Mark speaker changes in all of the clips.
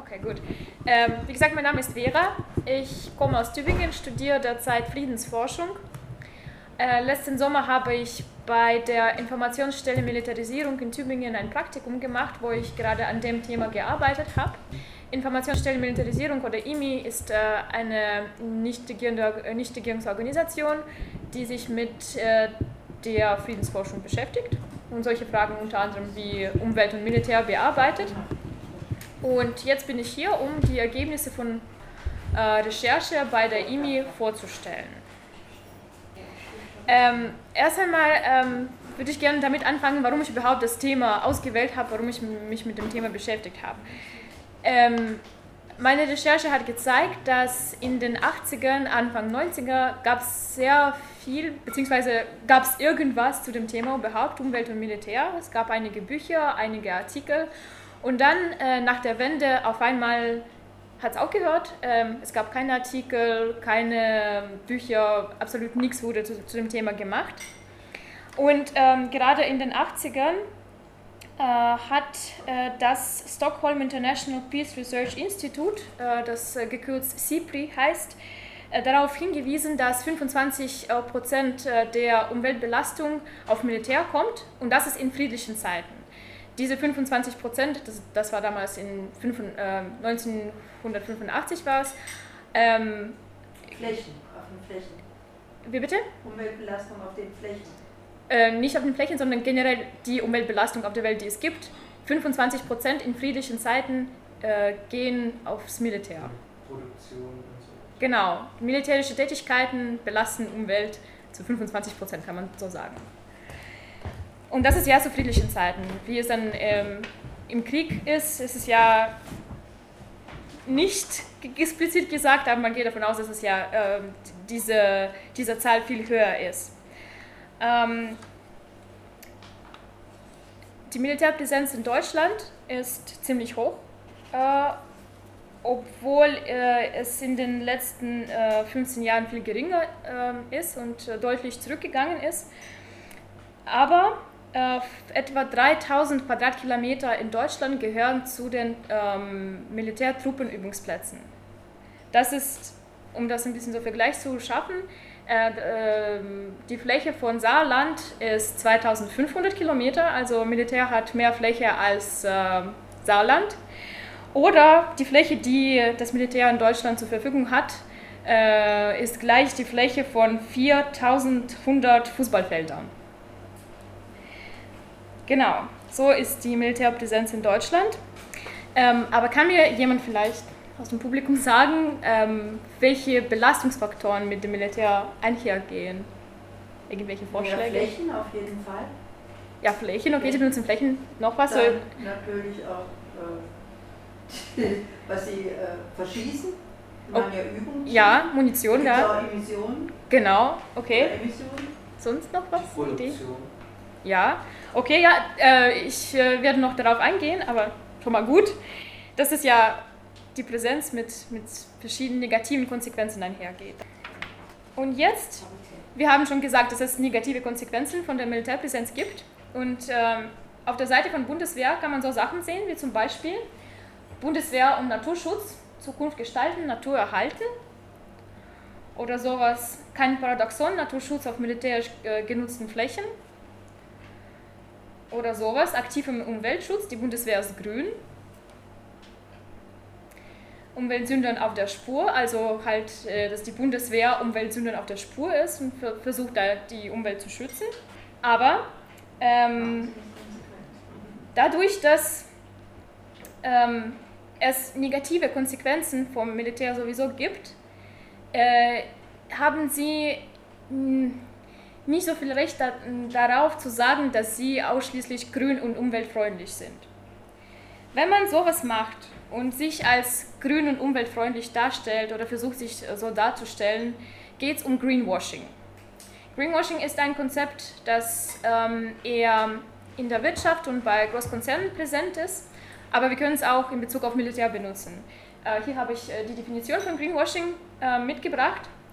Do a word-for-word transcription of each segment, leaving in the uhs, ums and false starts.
Speaker 1: Okay, gut. Ähm, wie gesagt, mein Name ist Vera. Ich komme aus Tübingen, studiere derzeit Friedensforschung. Äh, letzten Sommer habe ich bei der Informationsstelle Militarisierung in Tübingen ein Praktikum gemacht, wo ich gerade an dem Thema gearbeitet habe. Informationsstelle Militarisierung oder I M I ist äh, eine Nichtregierungsorganisation, die sich mit äh, der Friedensforschung beschäftigt und solche Fragen unter anderem wie Umwelt und Militär bearbeitet. Und jetzt bin ich hier, um die Ergebnisse von äh, Recherche bei der I M I vorzustellen. Ähm, erst einmal ähm, würde ich gerne damit anfangen, warum ich überhaupt das Thema ausgewählt habe, warum ich mich mit dem Thema beschäftigt habe. Ähm, meine Recherche hat gezeigt, dass in den achtzigern, Anfang neunziger gab es sehr viel, beziehungsweise gab es irgendwas zu dem Thema überhaupt, Umwelt und Militär. Es gab einige Bücher, einige Artikel und dann äh, nach der Wende auf einmal hat es aufgehört. Ähm, es gab keine Artikel, keine Bücher, absolut nichts wurde zu, zu dem Thema gemacht. Und ähm, gerade in den achtzigern äh, hat äh, das Stockholm International Peace Research Institute, äh, das äh, gekürzt SIPRI heißt, äh, darauf hingewiesen, dass fünfundzwanzig Prozent der Umweltbelastung auf Militär kommt und das ist in friedlichen Zeiten. Diese fünfundzwanzig Prozent, das, das war damals in fünf, äh, neunzehnhundertfünfundachtzig war es. Ähm,
Speaker 2: Flächen, auf den Flächen.
Speaker 1: Wie bitte?
Speaker 2: Umweltbelastung auf den Flächen.
Speaker 1: Äh, nicht auf den Flächen, sondern generell die Umweltbelastung auf der Welt, die es gibt. fünfundzwanzig Prozent in friedlichen Zeiten äh, gehen aufs Militär.
Speaker 3: Produktion und so.
Speaker 1: Genau, militärische Tätigkeiten belasten Umwelt zu fünfundzwanzig Prozent, kann man so sagen. Und das ist ja zu friedlichen Zeiten. Wie es dann ähm, im Krieg ist, ist es ja nicht explizit gesagt, aber man geht davon aus, dass es ja äh, diese, diese Zahl viel höher ist. Ähm, die Militärpräsenz in Deutschland ist ziemlich hoch, äh, obwohl äh, es in den letzten äh, fünfzehn Jahren viel geringer äh, ist und äh, deutlich zurückgegangen ist. Aber äh, etwa dreitausend Quadratkilometer in Deutschland gehören zu den ähm, Militärtruppenübungsplätzen. Das ist, um das ein bisschen so Vergleich zu schaffen, äh, äh, die Fläche von Saarland ist zweitausendfünfhundert Kilometer, also Militär hat mehr Fläche als äh, Saarland. Oder die Fläche, die das Militär in Deutschland zur Verfügung hat, äh, ist gleich die Fläche von viertausendhundert Fußballfeldern. Genau, so ist die Militärpräsenz in Deutschland. Ähm, aber kann mir jemand vielleicht aus dem Publikum sagen, ähm, welche Belastungsfaktoren mit dem Militär einhergehen? Irgendwelche Vorschläge?
Speaker 2: Ja, Flächen auf jeden Fall.
Speaker 1: Ja, Flächen, okay, Sie benutzen Flächen. Noch was?
Speaker 2: Dann natürlich auch, äh, was Sie äh, verschießen. Sie machen ja Übungen.
Speaker 1: Ja, Munition,
Speaker 2: da.
Speaker 1: ja.
Speaker 2: Auch Emissionen.
Speaker 1: Genau, okay.
Speaker 2: Ja, Emissionen.
Speaker 1: Sonst noch was?
Speaker 3: Produktion.
Speaker 1: Idee? Ja, okay, ja, äh, ich äh, werde noch darauf eingehen, aber schon mal gut. Das ist ja die Präsenz mit, mit verschiedenen negativen Konsequenzen einhergeht. Und jetzt, wir haben schon gesagt, dass es negative Konsequenzen von der Militärpräsenz gibt. Und ähm, auf der Seite von Bundeswehr kann man so Sachen sehen, wie zum Beispiel Bundeswehr und Naturschutz, Zukunft gestalten, Natur erhalten. Oder sowas, kein Paradoxon, Naturschutz auf militärisch äh, genutzten Flächen. Oder sowas, aktiv im Umweltschutz, die Bundeswehr ist grün. Umweltsündern auf der Spur, also halt, dass die Bundeswehr Umweltsündern auf der Spur ist und versucht, da die Umwelt zu schützen. Aber ähm, dadurch, dass ähm, es negative Konsequenzen vom Militär sowieso gibt, äh, haben sie mh, nicht so viel Recht da, darauf zu sagen, dass sie ausschließlich grün und umweltfreundlich sind. Wenn man sowas macht und sich als grün und umweltfreundlich darstellt oder versucht, sich so darzustellen, geht es um Greenwashing. Greenwashing ist ein Konzept, das ähm, eher in der Wirtschaft und bei Großkonzernen präsent ist, aber wir können es auch in Bezug auf Militär benutzen. Äh, hier habe ich äh, die Definition von Greenwashing äh, mitgebracht.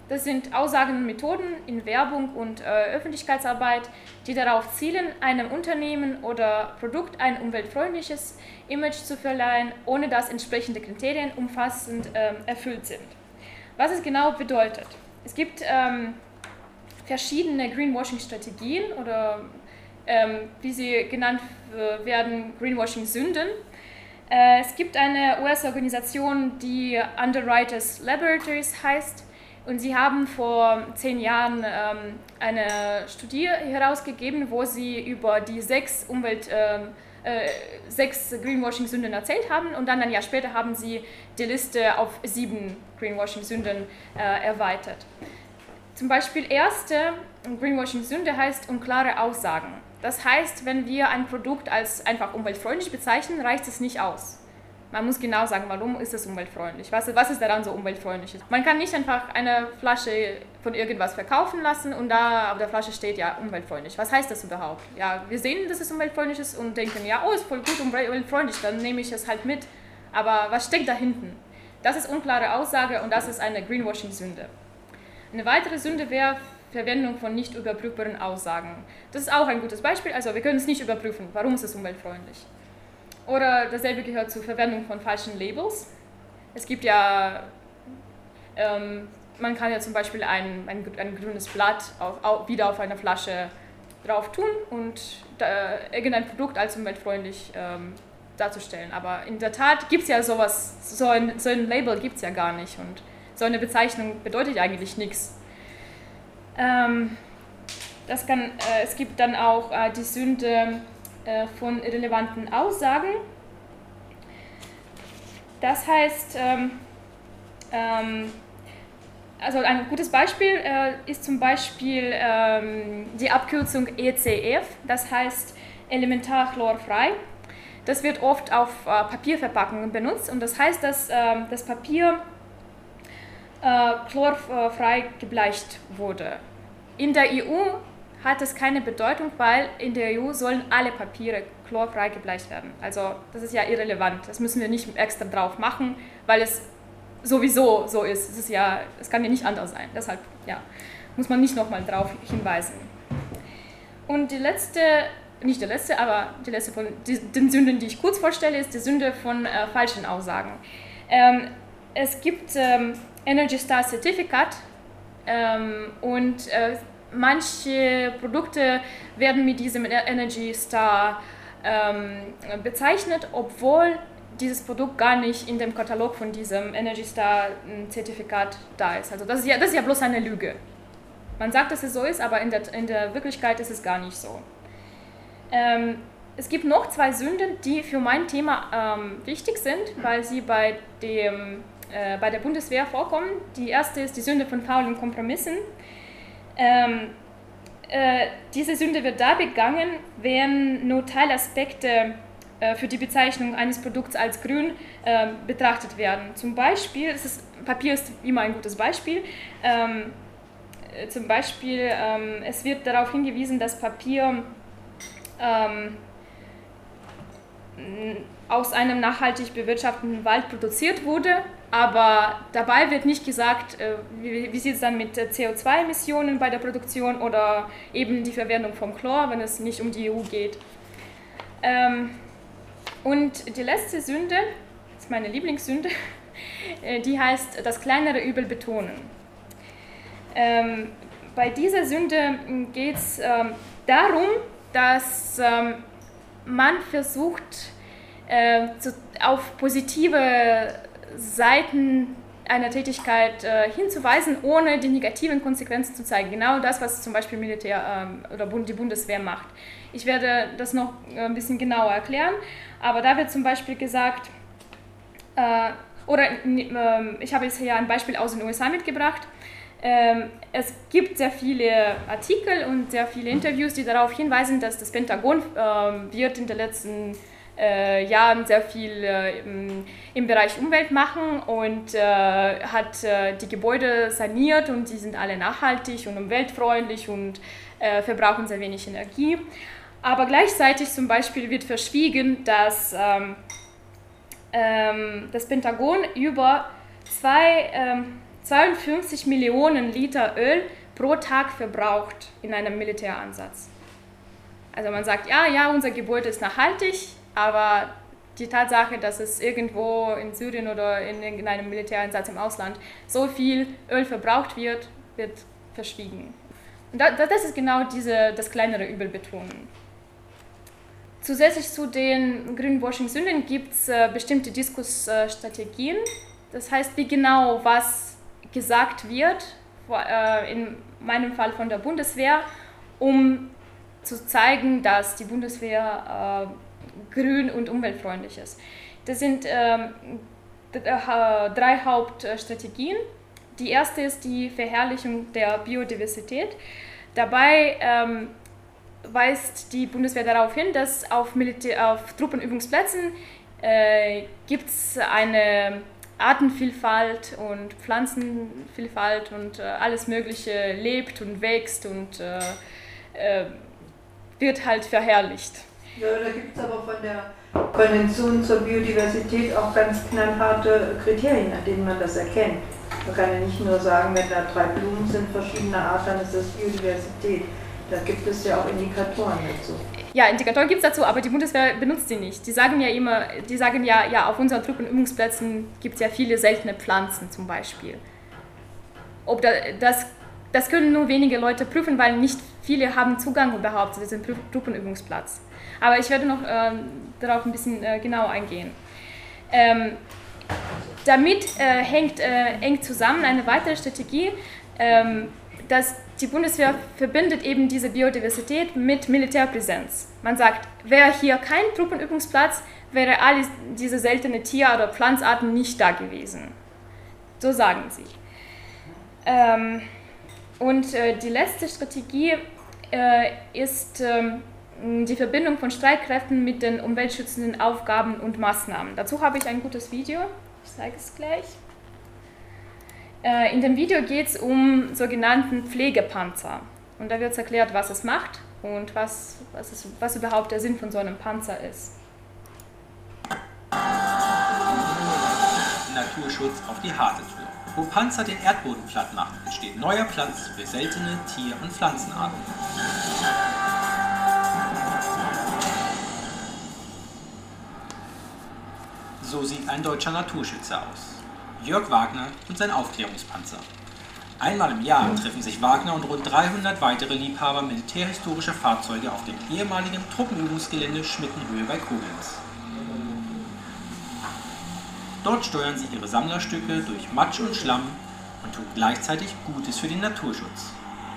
Speaker 1: Das sind Aussagen und Methoden in Werbung und äh, Öffentlichkeitsarbeit, die darauf zielen, einem Unternehmen oder Produkt ein umweltfreundliches Image zu verleihen, ohne dass entsprechende Kriterien umfassend äh, erfüllt sind. Was es genau bedeutet. Es gibt ähm, verschiedene Greenwashing-Strategien oder ähm, wie sie genannt äh, werden, Greenwashing-Sünden. Äh, es gibt eine U S-Organisation, die Underwriters Laboratories heißt. Und sie haben vor zehn Jahren ähm, eine Studie herausgegeben, wo sie über die sechs Umwelt, äh, äh, sechs Greenwashing-Sünden erzählt haben. Und dann ein Jahr später haben sie die Liste auf sieben Greenwashing-Sünden äh, erweitert. Zum Beispiel erste Greenwashing-Sünde heißt unklare Aussagen. Das heißt, wenn wir ein Produkt als einfach umweltfreundlich bezeichnen, reicht es nicht aus. Man muss genau sagen, warum ist es umweltfreundlich, was, was ist daran so umweltfreundlich. Man kann nicht einfach eine Flasche von irgendwas verkaufen lassen und da auf der Flasche steht, ja, umweltfreundlich. Was heißt das überhaupt? Ja, wir sehen, dass es umweltfreundlich ist und denken, ja, oh, ist voll gut umweltfreundlich, dann nehme ich es halt mit. Aber was steckt da hinten? Das ist unklare Aussage und das ist eine Greenwashing-Sünde. Eine weitere Sünde wäre Verwendung von nicht überprüfbaren Aussagen. Das ist auch ein gutes Beispiel, also wir können es nicht überprüfen, warum ist es umweltfreundlich. Oder dasselbe gehört zur Verwendung von falschen Labels. Es gibt ja, ähm, man kann ja zum Beispiel ein, ein, ein grünes Blatt auf, auf, wieder auf einer Flasche drauf tun und da, irgendein Produkt als umweltfreundlich ähm, darzustellen. Aber in der Tat gibt es ja sowas, so ein, so ein Label gibt es ja gar nicht und so eine Bezeichnung bedeutet eigentlich nichts. Ähm, das kann, äh, es gibt dann auch äh, die Sünde von irrelevanten Aussagen. Das heißt, ähm, ähm, also ein gutes Beispiel äh, ist zum Beispiel ähm, die Abkürzung E C F, das heißt elementarchlorfrei. Das wird oft auf äh, Papierverpackungen benutzt und das heißt, dass äh, das Papier äh, chlorfrei gebleicht wurde. In der E U hat es keine Bedeutung, weil in der E U sollen alle Papiere chlorfrei gebleicht werden. Also das ist ja irrelevant, das müssen wir nicht extra drauf machen, weil es sowieso so ist. Es ist ja, es kann ja nicht anders sein, deshalb ja, muss man nicht nochmal darauf hinweisen. Und die letzte, nicht die letzte, aber die letzte von den Sünden, die ich kurz vorstelle, ist die Sünde von äh, falschen Aussagen. Ähm, es gibt ähm, Energy Star Certificate ähm, und äh, manche Produkte werden mit diesem Energy Star ähm, bezeichnet, obwohl dieses Produkt gar nicht in dem Katalog von diesem Energy Star Zertifikat da ist. Also das ist ja, das ist ja bloß eine Lüge. Man sagt, dass es so ist, aber in der, in der Wirklichkeit ist es gar nicht so. Ähm, es gibt noch zwei Sünden, die für mein Thema ähm, wichtig sind, weil sie bei, dem, äh, bei der Bundeswehr vorkommen. Die erste ist die Sünde von faulen Kompromissen. Ähm, äh, diese Sünde wird da begangen, wenn nur Teilaspekte äh, für die Bezeichnung eines Produkts als grün äh, betrachtet werden. Zum Beispiel, es ist, Papier ist immer ein gutes Beispiel, ähm, äh, zum Beispiel ähm, es wird darauf hingewiesen, dass Papier ähm, aus einem nachhaltig bewirtschafteten Wald produziert wurde, aber dabei wird nicht gesagt, wie, wie sieht es dann mit C O zwei Emissionen bei der Produktion oder eben die Verwendung von Chlor, wenn es nicht um die E U geht. Ähm, und die letzte Sünde, das ist meine Lieblingssünde, die heißt das kleinere Übel betonen. Ähm, bei dieser Sünde geht es ähm, darum, dass ähm, man versucht, äh, zu, auf positive Seiten einer Tätigkeit äh, hinzuweisen, ohne die negativen Konsequenzen zu zeigen. Genau das, was zum Beispiel Militär äh, oder die Bundeswehr macht. Ich werde das noch ein bisschen genauer erklären, aber da wird zum Beispiel gesagt, äh, oder äh, ich habe jetzt hier ein Beispiel aus den U S A mitgebracht. Ähm, es gibt sehr viele Artikel und sehr viele Interviews, die darauf hinweisen, dass das Pentagon äh, wird in den letzten äh, Jahren sehr viel äh, im, im Bereich Umwelt machen und äh, hat äh, die Gebäude saniert und die sind alle nachhaltig und umweltfreundlich und äh, verbrauchen sehr wenig Energie. Aber gleichzeitig zum Beispiel wird verschwiegen, dass ähm, ähm, das Pentagon über zwei ähm, zweiundfünfzig Millionen Liter Öl pro Tag verbraucht in einem Militäransatz. Also man sagt, ja, ja, unser Gebäude ist nachhaltig, aber die Tatsache, dass es irgendwo in Syrien oder in irgendeinem Militäreinsatz im Ausland so viel Öl verbraucht wird, wird verschwiegen. Und das ist genau diese, das kleinere Übel betonen. Zusätzlich zu den Greenwashing-Sünden gibt es äh, bestimmte Diskursstrategien. Das heißt, wie genau was gesagt wird, äh, in meinem Fall von der Bundeswehr, um zu zeigen, dass die Bundeswehr äh, grün und umweltfreundlich ist. Das sind ähm, drei Hauptstrategien. Die erste ist die Verherrlichung der Biodiversität. Dabei ähm, weist die Bundeswehr darauf hin, dass auf, Militär, auf Truppenübungsplätzen äh, gibt es eine Artenvielfalt und Pflanzenvielfalt und äh, alles Mögliche lebt und wächst und äh, äh, wird halt verherrlicht.
Speaker 2: Ja, da gibt es aber von der Konvention zur Biodiversität auch ganz knallharte Kriterien, an denen man das erkennt. Man kann ja nicht nur sagen, wenn da drei Blumen sind, verschiedener Art, dann ist das Biodiversität. Da gibt es ja auch Indikatoren dazu.
Speaker 1: Ja, Indikatoren gibt es dazu, aber die Bundeswehr benutzt die nicht. Die sagen ja immer, die sagen ja, ja, auf unseren Truppenübungsplätzen gibt es ja viele seltene Pflanzen zum Beispiel. Ob da, das, das können nur wenige Leute prüfen, weil nicht viele haben Zugang überhaupt zu diesem Truppenübungsplatz. Aber ich werde noch ähm, darauf ein bisschen äh, genau eingehen. Ähm, damit äh, hängt äh, eng zusammen eine weitere Strategie, ähm, dass die Bundeswehr verbindet eben diese Biodiversität mit Militärpräsenz. Man sagt, wäre hier kein Truppenübungsplatz, wäre all diese seltenen Tier- oder Pflanzarten nicht da gewesen. So sagen sie. Ähm, und äh, die letzte Strategie äh, ist äh, die Verbindung von Streitkräften mit den umweltschützenden Aufgaben und Maßnahmen. Dazu habe ich ein gutes Video, ich zeige es gleich. In dem Video geht es um sogenannten Pflegepanzer. Und da wird erklärt, was es macht und was, was, es, was überhaupt der Sinn von so einem Panzer ist.
Speaker 4: Naturschutz auf die harte Tour. Wo Panzer den Erdboden platt machen, entsteht neuer Platz für seltene Tier- und Pflanzenarten. So sieht ein deutscher Naturschützer aus. Jörg Wagner und sein Aufklärungspanzer. Einmal im Jahr treffen sich Wagner und rund dreihundert weitere Liebhaber militärhistorischer Fahrzeuge auf dem ehemaligen Truppenübungsgelände Schmittenhöhe bei Koblenz. Dort steuern sie ihre Sammlerstücke durch Matsch und Schlamm und tun gleichzeitig Gutes für den Naturschutz.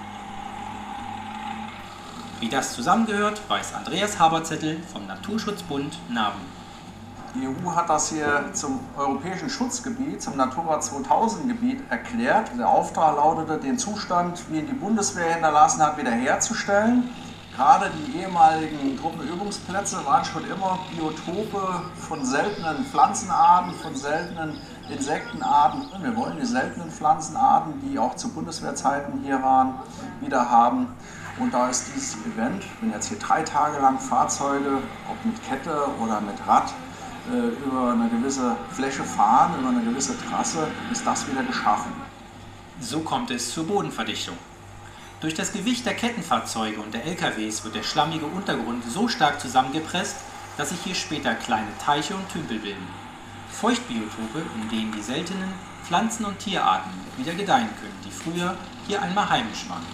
Speaker 4: Wie das zusammengehört, weiß Andreas Haberzettel vom Naturschutzbund NABU.
Speaker 5: Die E U hat das hier zum europäischen Schutzgebiet, zum Natura zweitausend Gebiet erklärt. Der Auftrag lautete, den Zustand, wie ihn die Bundeswehr hinterlassen hat, wiederherzustellen. Gerade die ehemaligen Truppenübungsplätze waren schon immer Biotope von seltenen Pflanzenarten, von seltenen Insektenarten. Und wir wollen die seltenen Pflanzenarten, die auch zu Bundeswehrzeiten hier waren, wieder haben. Und da ist dieses Event, wenn jetzt hier drei Tage lang Fahrzeuge, ob mit Kette oder mit Rad, über eine gewisse Fläche fahren, über eine gewisse Trasse, ist das wieder geschaffen.
Speaker 4: So kommt es zur Bodenverdichtung. Durch das Gewicht der Kettenfahrzeuge und der L K Ws wird der schlammige Untergrund so stark zusammengepresst, dass sich hier später kleine Teiche und Tümpel bilden. Feuchtbiotope, in denen die seltenen Pflanzen- und Tierarten wieder gedeihen können, die früher hier einmal heimisch waren.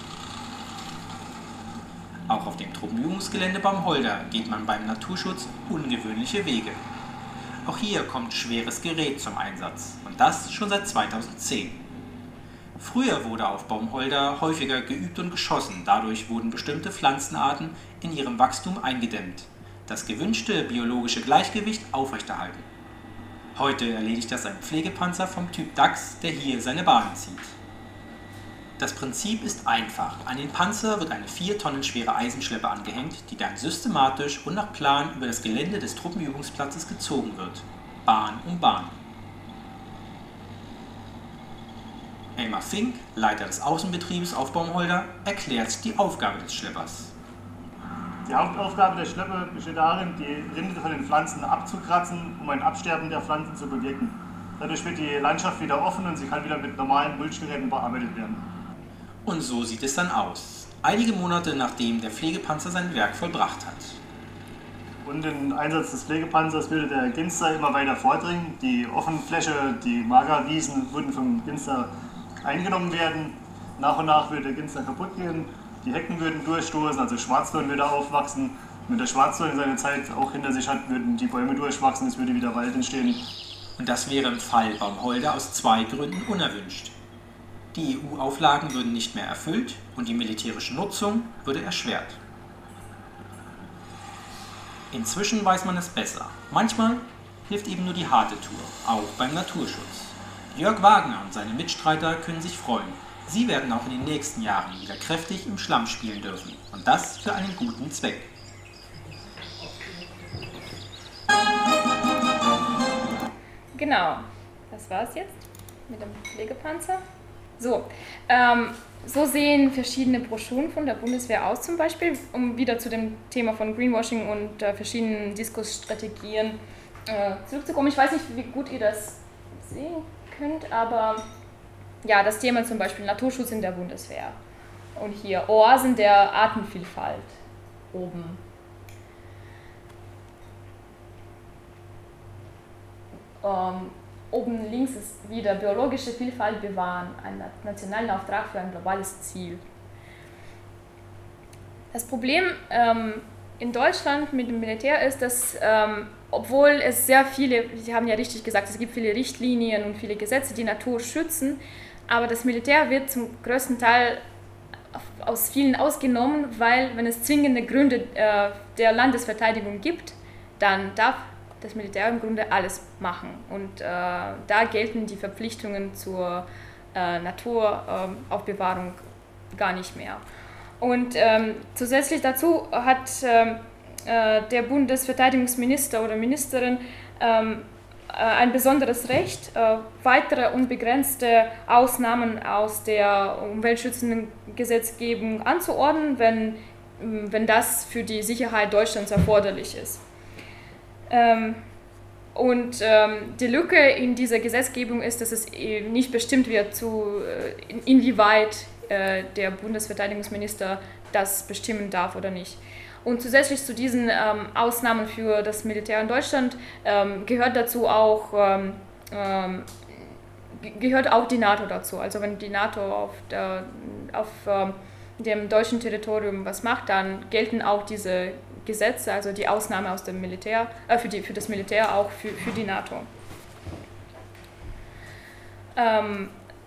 Speaker 4: Auch auf dem Truppenübungsgelände Baumholder geht man beim Naturschutz ungewöhnliche Wege. Auch hier kommt schweres Gerät zum Einsatz und das schon seit zweitausendzehn. Früher wurde auf Baumholder häufiger geübt und geschossen, dadurch wurden bestimmte Pflanzenarten in ihrem Wachstum eingedämmt, das gewünschte biologische Gleichgewicht aufrechterhalten. Heute erledigt das ein Pflegepanzer vom Typ Dachs, der hier seine Bahnen zieht. Das Prinzip ist einfach. An den Panzer wird eine vier Tonnen schwere Eisenschleppe angehängt, die dann systematisch und nach Plan über das Gelände des Truppenübungsplatzes gezogen wird. Bahn um Bahn. Elmar Fink, Leiter des Außenbetriebs auf Baumholder, erklärt die Aufgabe des Schleppers.
Speaker 6: Die Hauptaufgabe der Schleppe besteht darin, die Rinde von den Pflanzen abzukratzen, um ein Absterben der Pflanzen zu bewirken. Dadurch wird die Landschaft wieder offen und sie kann wieder mit normalen Mulchgeräten bearbeitet werden.
Speaker 4: Und so sieht es dann aus, einige Monate nachdem der Pflegepanzer sein Werk vollbracht hat.
Speaker 6: Und den Einsatz des Pflegepanzers würde der Ginster immer weiter vordringen. Die Offenfläche, die Magerwiesen würden vom Ginster eingenommen werden. Nach und nach würde der Ginster kaputt gehen, die Hecken würden durchstoßen, also Schwarzdorn würde aufwachsen. Wenn der Schwarzdorn seine Zeit auch hinter sich hat, würden die Bäume durchwachsen, es würde wieder Wald entstehen.
Speaker 4: Und das wäre im Fall Baumholder aus zwei Gründen unerwünscht. Die E U-Auflagen würden nicht mehr erfüllt und die militärische Nutzung würde erschwert. Inzwischen weiß man es besser. Manchmal hilft eben nur die harte Tour, auch beim Naturschutz. Jörg Wagner und seine Mitstreiter können sich freuen. Sie werden auch in den nächsten Jahren wieder kräftig im Schlamm spielen dürfen. Und das für einen guten Zweck.
Speaker 1: Genau, das war es jetzt mit dem Pflegepanzer. So, ähm, so sehen verschiedene Broschüren von der Bundeswehr aus zum Beispiel, um wieder zu dem Thema von Greenwashing und äh, verschiedenen Diskursstrategien äh, zurückzukommen. Ich weiß nicht, wie gut ihr das sehen könnt, aber ja, das Thema zum Beispiel Naturschutz in der Bundeswehr. Und hier Oasen der Artenvielfalt oben. Ähm, oben links ist wieder biologische Vielfalt bewahren, ein nationaler Auftrag für ein globales Ziel. Das Problem ähm, in Deutschland mit dem Militär ist, dass ähm, obwohl es sehr viele, Sie haben ja richtig gesagt, es gibt viele Richtlinien und viele Gesetze, die Natur schützen, aber das Militär wird zum größten Teil aus vielen ausgenommen, weil wenn es zwingende Gründe äh, der Landesverteidigung gibt, dann darf das Militär im Grunde alles machen. Und äh, da gelten die Verpflichtungen zur äh, Naturaufbewahrung äh, gar nicht mehr. Und ähm, zusätzlich dazu hat ähm, äh, der Bundesverteidigungsminister oder Ministerin ähm, äh, ein besonderes Recht, äh, weitere unbegrenzte Ausnahmen aus der umweltschützenden Gesetzgebung anzuordnen, wenn, wenn das für die Sicherheit Deutschlands erforderlich ist. Ähm, und ähm, die Lücke in dieser Gesetzgebung ist, dass es nicht bestimmt wird, zu, in, inwieweit äh, der Bundesverteidigungsminister das bestimmen darf oder nicht. Und zusätzlich zu diesen ähm, Ausnahmen für das Militär in Deutschland ähm, gehört dazu auch, ähm, ähm, gehört auch die NATO dazu. Also wenn die NATO auf, der, auf ähm, dem deutschen Territorium was macht, dann gelten auch diese Gesetze, also die Ausnahme aus dem Militär, äh, für, die, für das Militär auch für, für die NATO. Ähm,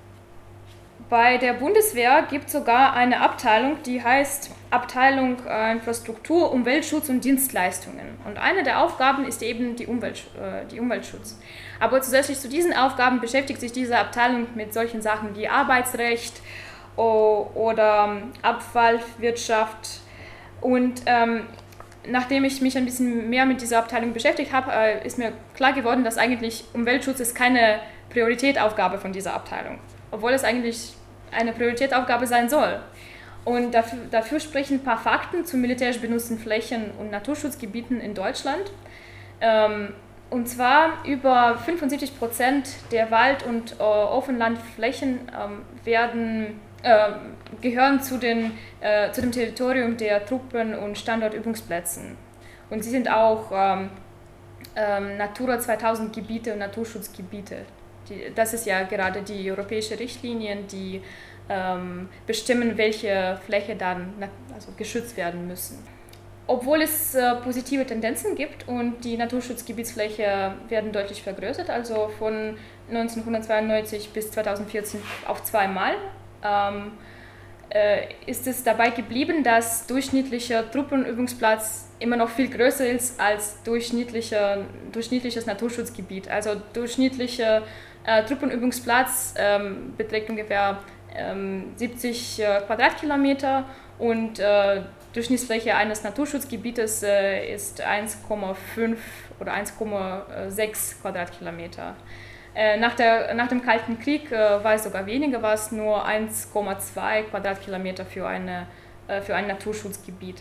Speaker 1: bei der Bundeswehr gibt es sogar eine Abteilung, die heißt Abteilung äh, Infrastruktur, Umweltschutz und Dienstleistungen. Und eine der Aufgaben ist eben die, Umwelt, äh, die Umweltschutz. Aber zusätzlich zu diesen Aufgaben beschäftigt sich diese Abteilung mit solchen Sachen wie Arbeitsrecht o, oder Abfallwirtschaft. Und ähm, nachdem ich mich ein bisschen mehr mit dieser Abteilung beschäftigt habe, äh, ist mir klar geworden, dass eigentlich Umweltschutz ist keine Prioritätsaufgabe von dieser Abteilung, obwohl es eigentlich eine Prioritätsaufgabe sein soll. Und dafür, dafür sprechen ein paar Fakten zu militärisch benutzten Flächen und Naturschutzgebieten in Deutschland. Ähm, und zwar über fünfundsiebzig Prozent der Wald- und äh, Offenlandflächen ähm, werden, äh, gehören zu, den, äh, zu dem Territorium der Truppen- und Standortübungsplätzen. Und sie sind auch ähm, ähm, Natura zweitausend Gebiete und Naturschutzgebiete. Die, das ist ja gerade die europäische Richtlinien, die ähm, bestimmen, welche Fläche dann also geschützt werden müssen. Obwohl es äh, positive Tendenzen gibt und die Naturschutzgebietsfläche werden deutlich vergrößert, also von neunzehnhundertzweiundneunzig bis zweitausendvierzehn auf zweimal, ähm, äh, ist es dabei geblieben, dass durchschnittlicher Truppenübungsplatz immer noch viel größer ist als durchschnittlicher, durchschnittliches Naturschutzgebiet. Also durchschnittlicher äh, Truppenübungsplatz ähm, beträgt ungefähr ähm, siebzig äh, Quadratkilometer und äh, Durchschnittsfläche eines Naturschutzgebietes äh, ist eins Komma fünf oder eins Komma sechs Quadratkilometer. Äh, nach, der, nach dem Kalten Krieg äh, war es sogar weniger, war es nur eins Komma zwei Quadratkilometer für, eine, äh, für ein Naturschutzgebiet.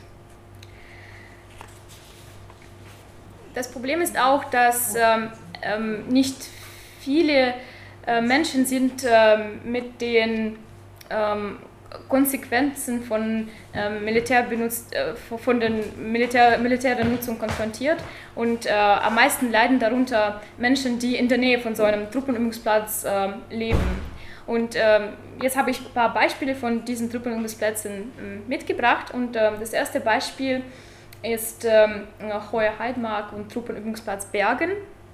Speaker 1: Das Problem ist auch, dass ähm, ähm, nicht viele äh, Menschen sind äh, mit den ähm, Konsequenzen von ähm, Militär benutzt, äh, von den Militär, militären Nutzung konfrontiert und äh, am meisten leiden darunter Menschen, die in der Nähe von so einem Truppenübungsplatz äh, leben. Und ähm, jetzt habe ich ein paar Beispiele von diesen Truppenübungsplätzen äh, mitgebracht und äh, das erste Beispiel ist ähm, Hohe Heidmark und Truppenübungsplatz Bergen.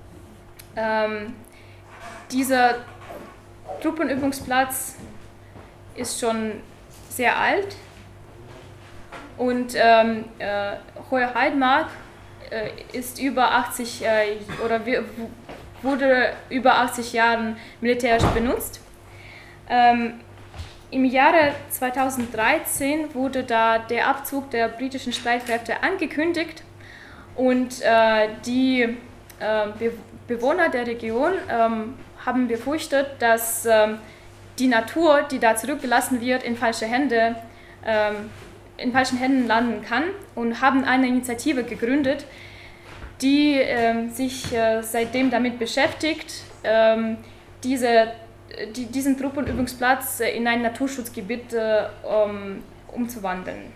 Speaker 1: Ähm, dieser Truppenübungsplatz ist schon sehr alt und ähm, äh, Hohe Heidmark äh, ist über achtzig äh, oder wir, wurde über achtzig Jahren militärisch benutzt. Ähm, Im Jahre zweitausenddreizehn wurde da der Abzug der britischen Streitkräfte angekündigt und äh, die äh, Be Bewohner der Region ähm, haben befürchtet, dass ähm, die Natur, die da zurückgelassen wird, in falsche Hände, ähm, in falschen Händen landen kann und haben eine Initiative gegründet, die ähm, sich äh, seitdem damit beschäftigt, ähm, diese, die, diesen Truppenübungsplatz in ein Naturschutzgebiet äh, um, umzuwandeln.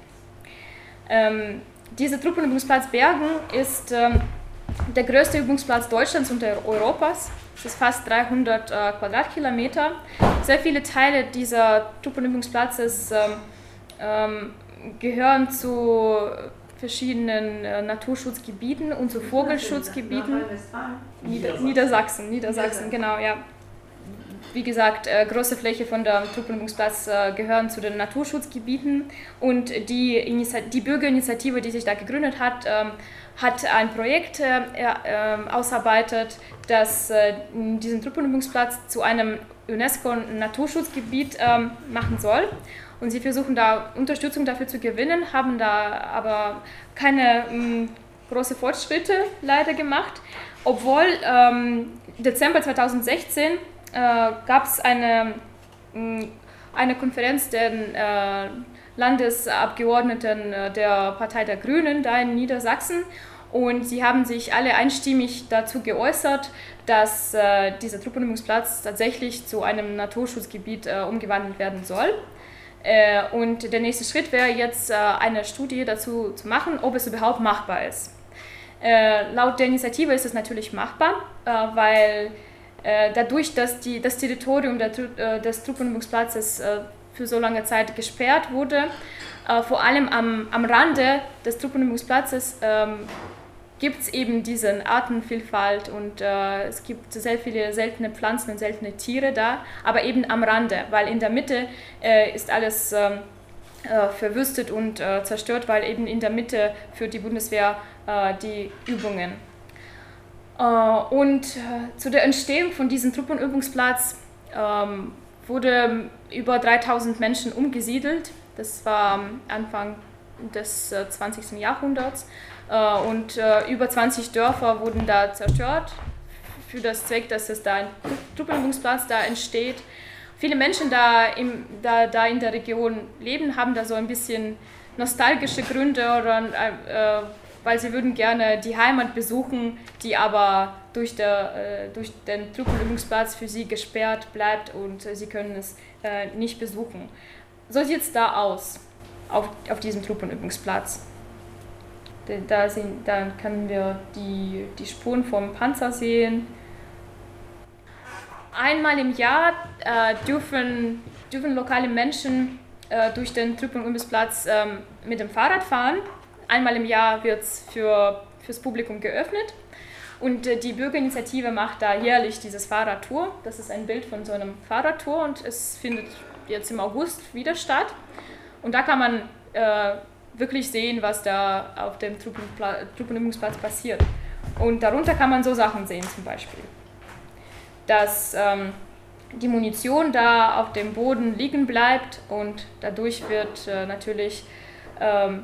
Speaker 1: Ähm, dieser Truppenübungsplatz Bergen ist ähm, der größte Übungsplatz Deutschlands und Europas. Es ist fast dreihundert äh, Quadratkilometer. Sehr viele Teile dieser Truppenübungsplatzes ähm, ähm, gehören zu verschiedenen äh, Naturschutzgebieten und zu Vogelschutzgebieten. Nieder Niedersachsen, Niedersachsen, genau, ja. Wie gesagt, äh, große Fläche von der Truppenübungsplatz äh, gehören zu den Naturschutzgebieten und die, Initi die Bürgerinitiative, die sich da gegründet hat, ähm, hat ein Projekt äh, äh, ausarbeitet, das äh, diesen Truppenübungsplatz zu einem UNESCO-Naturschutzgebiet äh, machen soll. Und sie versuchen da Unterstützung dafür zu gewinnen, haben da aber keine mh, großen Fortschritte leider gemacht, obwohl ähm, Dezember zweitausendsechzehn äh, gab es eine, mh, eine Konferenz der äh, Landesabgeordneten äh, der Partei der Grünen da in Niedersachsen und sie haben sich alle einstimmig dazu geäußert, dass äh, dieser Truppenübungsplatz tatsächlich zu einem Naturschutzgebiet äh, umgewandelt werden soll. Äh, und der nächste Schritt wäre jetzt äh, eine Studie dazu zu machen, ob es überhaupt machbar ist. Äh, laut der Initiative ist es natürlich machbar, äh, weil äh, dadurch, dass die, das Territorium der, äh, des Truppenübungsplatzes äh, für so lange Zeit gesperrt wurde, äh, vor allem am, am Rande des Truppenübungsplatzes ähm, gibt es eben diese Artenvielfalt und äh, es gibt sehr viele seltene Pflanzen und seltene Tiere da, aber eben am Rande, weil in der Mitte äh, ist alles äh, äh, verwüstet und äh, zerstört, weil eben in der Mitte führt die Bundeswehr äh, die Übungen. Äh, und äh, zu der Entstehung von diesem Truppenübungsplatz ähm, wurde über dreitausend Menschen umgesiedelt. Das war Anfang des äh, zwanzigsten Jahrhunderts. Uh, und uh, über zwanzig Dörfer wurden da zerstört, für das Zweck, dass es da ein Truppenübungsplatz da entsteht. Viele Menschen da, im, da, da in der Region leben, haben da so ein bisschen nostalgische Gründe, oder, uh, weil sie würden gerne die Heimat besuchen, die aber durch, der, uh, durch den Truppenübungsplatz für sie gesperrt bleibt und uh, sie können es uh, nicht besuchen. So sieht es da aus, auf, auf diesem Truppenübungsplatz. Da, sind, da können wir die, die Spuren vom Panzer sehen. Einmal im Jahr äh, dürfen, dürfen lokale Menschen äh, durch den Truppenübungsplatz äh, mit dem Fahrrad fahren. Einmal im Jahr wird es für, fürs Publikum geöffnet. Und äh, die Bürgerinitiative macht da jährlich dieses Fahrradtour. Das ist ein Bild von so einem Fahrradtour und es findet jetzt im August wieder statt. Und da kann man äh, wirklich sehen, was da auf dem Truppenübungsplatz passiert. Und darunter kann man so Sachen sehen, zum Beispiel, dass ähm, die Munition da auf dem Boden liegen bleibt und dadurch wird äh, natürlich ähm,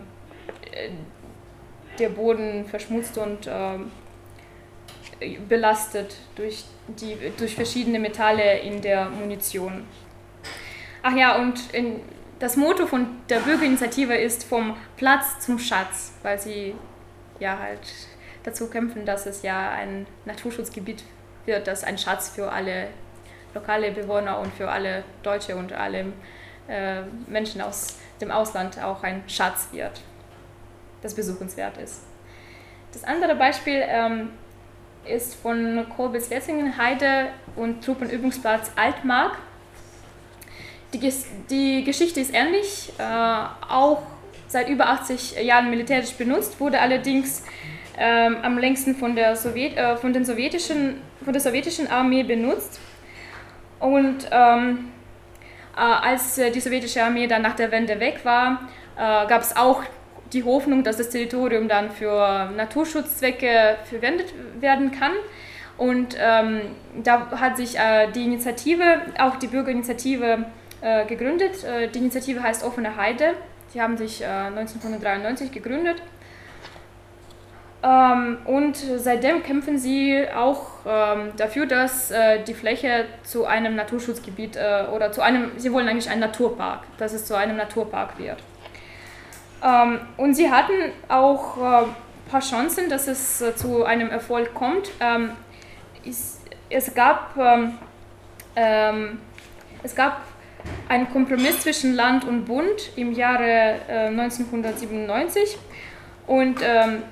Speaker 1: der Boden verschmutzt und ähm, belastet durch, die, durch verschiedene Metalle in der Munition. Ach ja, und in das Motto von der Bürgerinitiative ist vom Platz zum Schatz, weil sie ja halt dazu kämpfen, dass es ja ein Naturschutzgebiet wird das ein Schatz für alle lokale Bewohner und für alle Deutsche und alle äh, Menschen aus dem Ausland auch ein Schatz wird, das besuchenswert ist. Das andere Beispiel ähm, ist von Kolbitz-Lessingen-Heide und Truppenübungsplatz Altmark. Die, die Geschichte ist ähnlich, äh, auch seit über achtzig Jahren militärisch benutzt, wurde allerdings ähm, am längsten von der, Sowjet, äh, von, den sowjetischen, von der sowjetischen Armee benutzt. Und ähm, äh, als die sowjetische Armee dann nach der Wende weg war, äh, gab es auch die Hoffnung, dass das Territorium dann für Naturschutzzwecke verwendet werden kann. Und ähm, da hat sich äh, die Initiative, auch die Bürgerinitiative, äh, gegründet. Äh, die Initiative heißt Offene Heide. Die haben sich äh, neunzehnhundertdreiundneunzig gegründet. Ähm, und seitdem kämpfen sie auch ähm, dafür, dass äh, die Fläche zu einem Naturschutzgebiet äh, oder zu einem, sie wollen eigentlich einen Naturpark, dass es zu einem Naturpark wird. Ähm, und sie hatten auch ein äh, paar Chancen, dass es äh, zu einem Erfolg kommt. Ähm, es, es, gab, ähm, ähm, es gab einen Kompromiss zwischen Land und Bund im Jahre äh, neunzehnhundertsiebenundneunzig und ähm,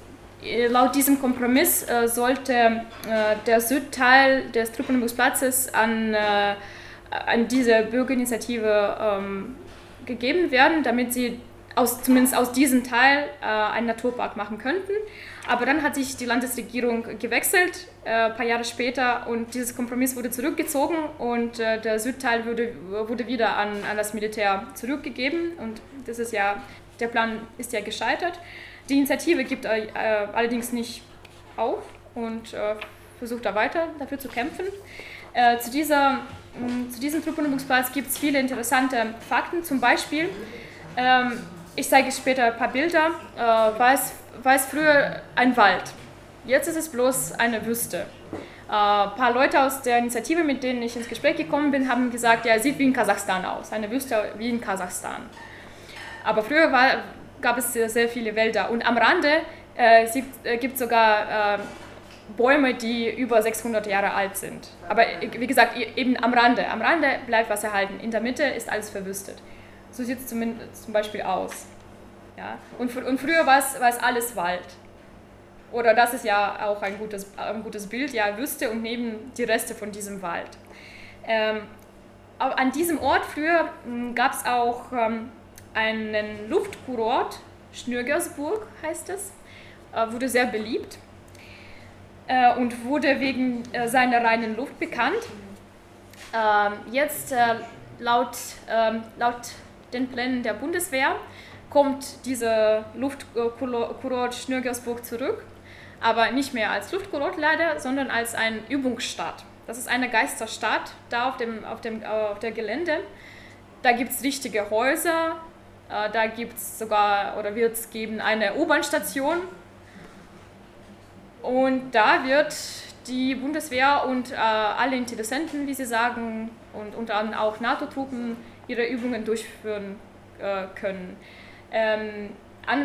Speaker 1: laut diesem Kompromiss äh, sollte äh, der Südteil des Truppenübungsplatzes an, äh, an diese Bürgerinitiative ähm, gegeben werden, damit sie aus, zumindest aus diesem Teil äh, einen Naturpark machen könnten. Aber dann hat sich die Landesregierung gewechselt, äh, ein paar Jahre später, und dieses Kompromiss wurde zurückgezogen und äh, der Südteil wurde, wurde wieder an, an das Militär zurückgegeben. Und das ist ja, der Plan ist ja gescheitert. Die Initiative gibt äh, allerdings nicht auf und äh, versucht da weiter dafür zu kämpfen. Äh, zu, dieser, mh, zu diesem Truppenübungsplatz gibt es viele interessante Fakten. Zum Beispiel, ähm, ich zeige später ein paar Bilder, äh, war, es, war es früher ein Wald. Jetzt ist es bloß eine Wüste. Äh, ein paar Leute aus der Initiative, mit denen ich ins Gespräch gekommen bin, haben gesagt, ja, es sieht wie in Kasachstan aus, eine Wüste wie in Kasachstan. Aber früher war gab es sehr, sehr viele Wälder. Und am Rande äh, äh, gibt es sogar äh, Bäume, die über sechshundert Jahre alt sind. Aber wie gesagt, eben am Rande. Am Rande bleibt was erhalten. In der Mitte ist alles verwüstet. So sieht es zumindest zum Beispiel aus. Ja? Und, und früher war es, war es alles Wald. Oder das ist ja auch ein gutes, ein gutes Bild, ja, Wüste und neben die Reste von diesem Wald. Ähm, an diesem Ort früher gab es auch ähm, einen Luftkurort, Schnürgersburg heißt es, äh, wurde sehr beliebt äh, und wurde wegen äh, seiner reinen Luft bekannt. Ähm, jetzt, äh, laut, ähm, laut den Plänen der Bundeswehr, kommt dieser Luftkurort Schnürgersburg zurück, aber nicht mehr als Luftkurort leider, sondern als ein Übungsstadt. Das ist eine Geisterstadt da auf dem, auf dem, auf der Gelände. Da gibt es richtige Häuser. Da gibt es sogar, oder wird es geben, eine U-Bahn-Station. Und da wird die Bundeswehr und äh, alle Interessenten, wie sie sagen, und unter anderem auch NATO-Truppen ihre Übungen durchführen äh, können. Ähm, an,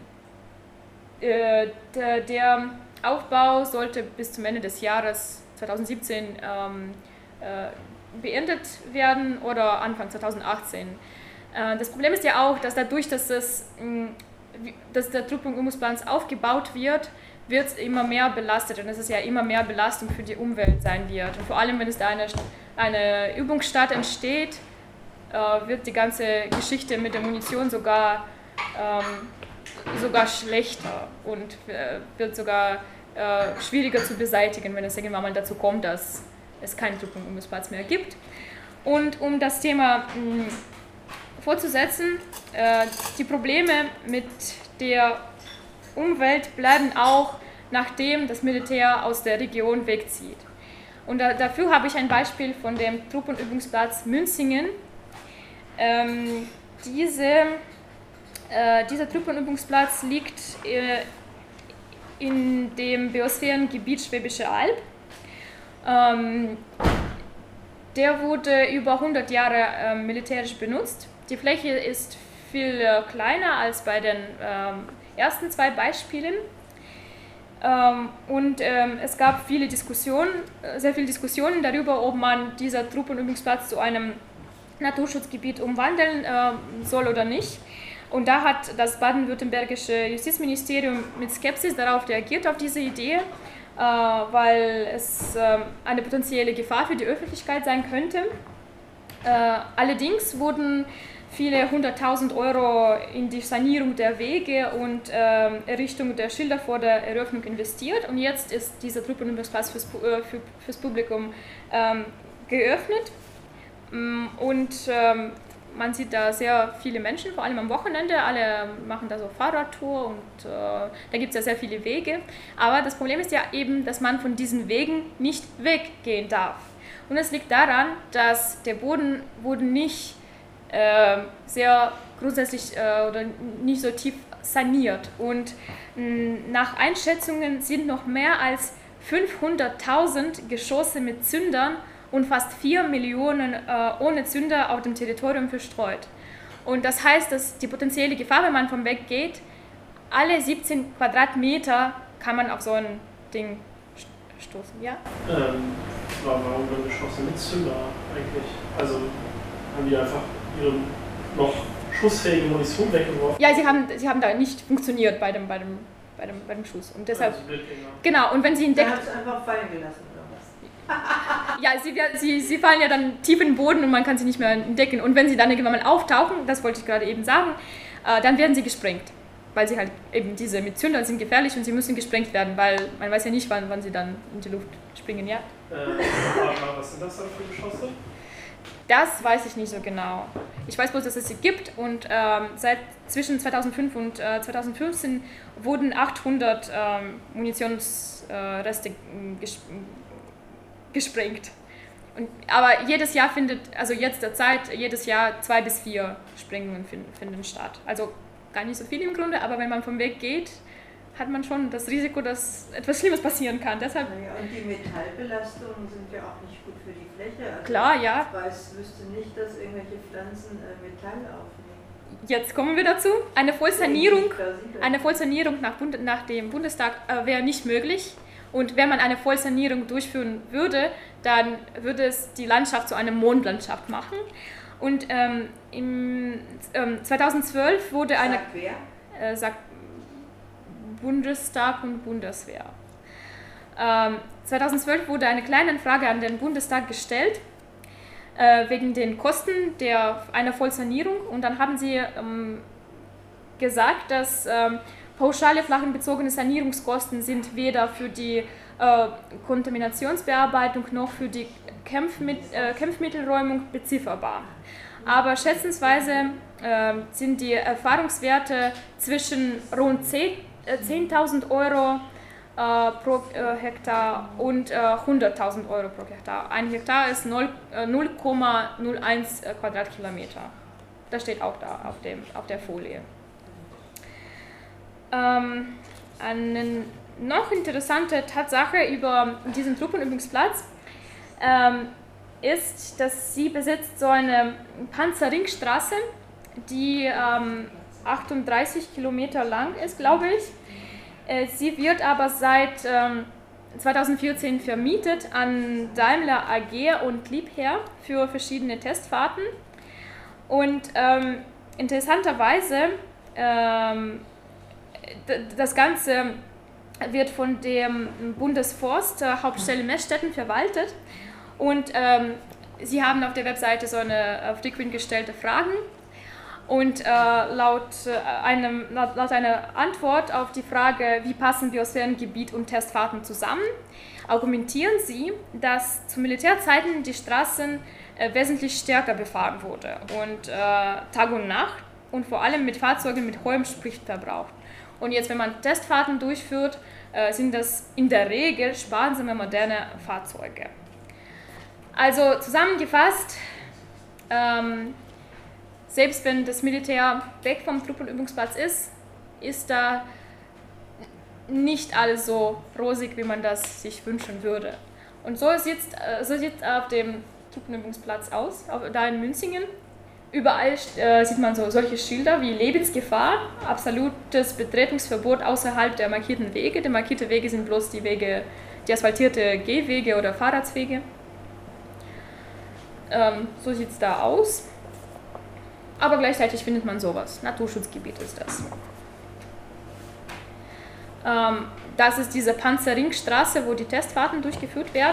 Speaker 1: äh, der, der Aufbau sollte bis zum Ende des Jahres zweitausendsiebzehn ähm, äh, beendet werden oder Anfang zweitausendachtzehn. Das Problem ist ja auch, dass dadurch, dass, das, dass der Truppenübungsplatz aufgebaut wird, wird es immer mehr belastet und es ist ja immer mehr Belastung für die Umwelt sein wird. Und vor allem, wenn es da eine, eine Übungsstadt entsteht, wird die ganze Geschichte mit der Munition sogar, ähm, sogar schlechter und wird sogar äh, schwieriger zu beseitigen, wenn es irgendwann mal dazu kommt, dass es keinen Truppenübungsplatz mehr gibt. Und um das Thema mh, fortzusetzen, äh, die Probleme mit der Umwelt bleiben auch, nachdem das Militär aus der Region wegzieht. Und da, dafür habe ich ein Beispiel von dem Truppenübungsplatz Münzingen. Ähm, diese, äh, dieser Truppenübungsplatz liegt äh, in dem Biosphärengebiet Schwäbische Alb. Ähm, der wurde über hundert Jahre äh, militärisch benutzt. Die Fläche ist viel äh, kleiner als bei den ähm, ersten zwei Beispielen. Ähm, und ähm, es gab viele Diskussionen, sehr viele Diskussionen darüber, ob man dieser Truppenübungsplatz zu einem Naturschutzgebiet umwandeln äh, soll oder nicht. Und da hat das baden-württembergische Justizministerium mit Skepsis darauf reagiert, auf diese Idee, äh, weil es äh, eine potenzielle Gefahr für die Öffentlichkeit sein könnte. Äh, allerdings wurden viele hunderttausend Euro in die Sanierung der Wege und äh, Errichtung der Schilder vor der Eröffnung investiert. Und jetzt ist dieser Truppenübungsplatz fürs, äh, für, fürs Publikum ähm, geöffnet. Und ähm, man sieht da sehr viele Menschen, vor allem am Wochenende. Alle machen da so Fahrradtour und äh, da gibt es ja sehr viele Wege. Aber das Problem ist ja eben, dass man von diesen Wegen nicht weggehen darf. Und es liegt daran, dass der Boden wurde nicht äh, sehr grundsätzlich äh, oder nicht so tief saniert. Und mh, nach Einschätzungen sind noch mehr als fünfhunderttausend Geschosse mit Zündern und fast vier Millionen äh, ohne Zünder auf dem Territorium verstreut. Und das heißt, dass die potenzielle Gefahr, wenn man vom Weg geht, alle siebzehn Quadratmeter kann man auf so ein Ding stoßen. Ja?
Speaker 3: Ähm, warum dann Geschosse mit Zünder eigentlich? Also haben die einfach ihre noch schussfähige Munition weggeworfen?
Speaker 1: Ja, sie haben, sie haben da nicht funktioniert bei dem, bei dem, bei dem, bei dem Schuss. Und deshalb,
Speaker 3: also Blindgänger.
Speaker 1: genau, und wenn sie entdeckt...
Speaker 2: Er hat es einfach fallen gelassen, oder was?
Speaker 1: Ja, sie, sie, sie fallen ja dann tief in den Boden und man kann sie nicht mehr entdecken. Und wenn sie dann irgendwann mal auftauchen, das wollte ich gerade eben sagen, äh, dann werden sie gesprengt. Weil sie halt eben diese mit Zündern sind gefährlich und sie müssen gesprengt werden, weil man weiß ja nicht, wann, wann sie dann in die Luft springen, ja.
Speaker 3: Äh, was sind das dann für Geschosse?
Speaker 1: Das weiß ich nicht so genau. Ich weiß bloß, dass es sie gibt und ähm, seit zwischen zweitausendfünf und äh, zweitausendfünfzehn wurden achthundert ähm, Munitionsreste äh, ges gesprengt. Und, aber jedes Jahr findet, also jetzt der Zeit, jedes Jahr zwei bis vier Sprengungen finden, finden statt. Also gar nicht so viel im Grunde, aber wenn man vom Weg geht, hat man schon das Risiko, dass etwas Schlimmes passieren kann. Deshalb
Speaker 2: Naja, und die Metallbelastungen sind ja auch nicht gut für die Fläche. Also
Speaker 1: klar, ja.
Speaker 2: Ich weiß, wüsste nicht, dass irgendwelche Pflanzen äh, Metall aufnehmen.
Speaker 1: Jetzt kommen wir dazu. Eine Vollsanierung,
Speaker 2: Irgendwie plausibel.
Speaker 1: eine Vollsanierung nach, Bund, nach dem Bundestag äh, wäre nicht möglich. Und wenn man eine Vollsanierung durchführen würde, dann würde es die Landschaft zu einer Mondlandschaft machen. Und ähm, im ähm, zweitausendzwölf wurde eine...
Speaker 2: Sagt wer?
Speaker 1: Äh, sagt Bundestag und Bundeswehr. Ähm, zweitausendzwölf wurde eine kleine Anfrage an den Bundestag gestellt, äh, wegen den Kosten der, einer Vollsanierung. Und dann haben sie ähm, gesagt, dass ähm, pauschale flächenbezogene Sanierungskosten sind weder für die äh, Kontaminationsbearbeitung noch für die Kämpfmit äh, Kämpfmittelräumung bezifferbar. Aber schätzungsweise äh, sind die Erfahrungswerte zwischen rund zehntausend Euro äh, pro äh, Hektar und äh, hunderttausend Euro pro Hektar. Ein Hektar ist null Komma null eins Quadratkilometer. Das steht auch da auf, dem, auf der Folie. Ähm, eine noch interessante Tatsache über diesen Truppenübungsplatz ähm, ist, dass sie besitzt so eine Panzerringstraße, die ähm, achtunddreißig Kilometer lang ist, glaube ich. Äh, sie wird aber seit ähm, zweitausendvierzehn vermietet an Daimler A G und Liebherr für verschiedene Testfahrten. Und ähm, interessanterweise, ähm, das Ganze wird von dem Bundesforst äh, Hauptstelle Messstetten verwaltet. Und ähm, sie haben auf der Webseite so eine frequent gestellte Fragen. Und äh, laut, äh, einem, laut, laut einer Antwort auf die Frage, wie passen Biosphärengebiet und Testfahrten zusammen, argumentieren sie, dass zu Militärzeiten die Straßen äh, wesentlich stärker befahren wurde und äh, Tag und Nacht und vor allem mit Fahrzeugen mit hohem Spritverbrauch. Und jetzt, wenn man Testfahrten durchführt, äh, sind das in der Regel sparsame moderne Fahrzeuge. Also zusammengefasst, ähm, selbst wenn das Militär weg vom Truppenübungsplatz ist, ist da nicht alles so rosig, wie man das sich wünschen würde. Und so sieht es so sieht auf dem Truppenübungsplatz aus, auf, da in Münzingen. Überall äh, sieht man so solche Schilder wie Lebensgefahr, absolutes Betretungsverbot außerhalb der markierten Wege. Die markierten Wege sind bloß die Wege, die asphaltierte Gehwege oder Fahrradwege. Ähm, so sieht es da aus. Aber gleichzeitig findet man sowas. Naturschutzgebiet ist das. Ähm, das ist diese Panzerringstraße, wo die Testfahrten durchgeführt werden.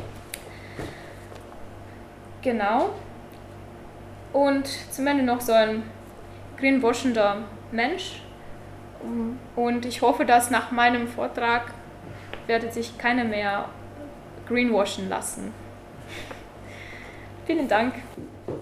Speaker 1: Genau. Und zum Ende noch so ein greenwashender Mensch. Und ich hoffe, dass nach meinem Vortrag wird sich keiner mehr greenwashen lassen. Vielen Dank.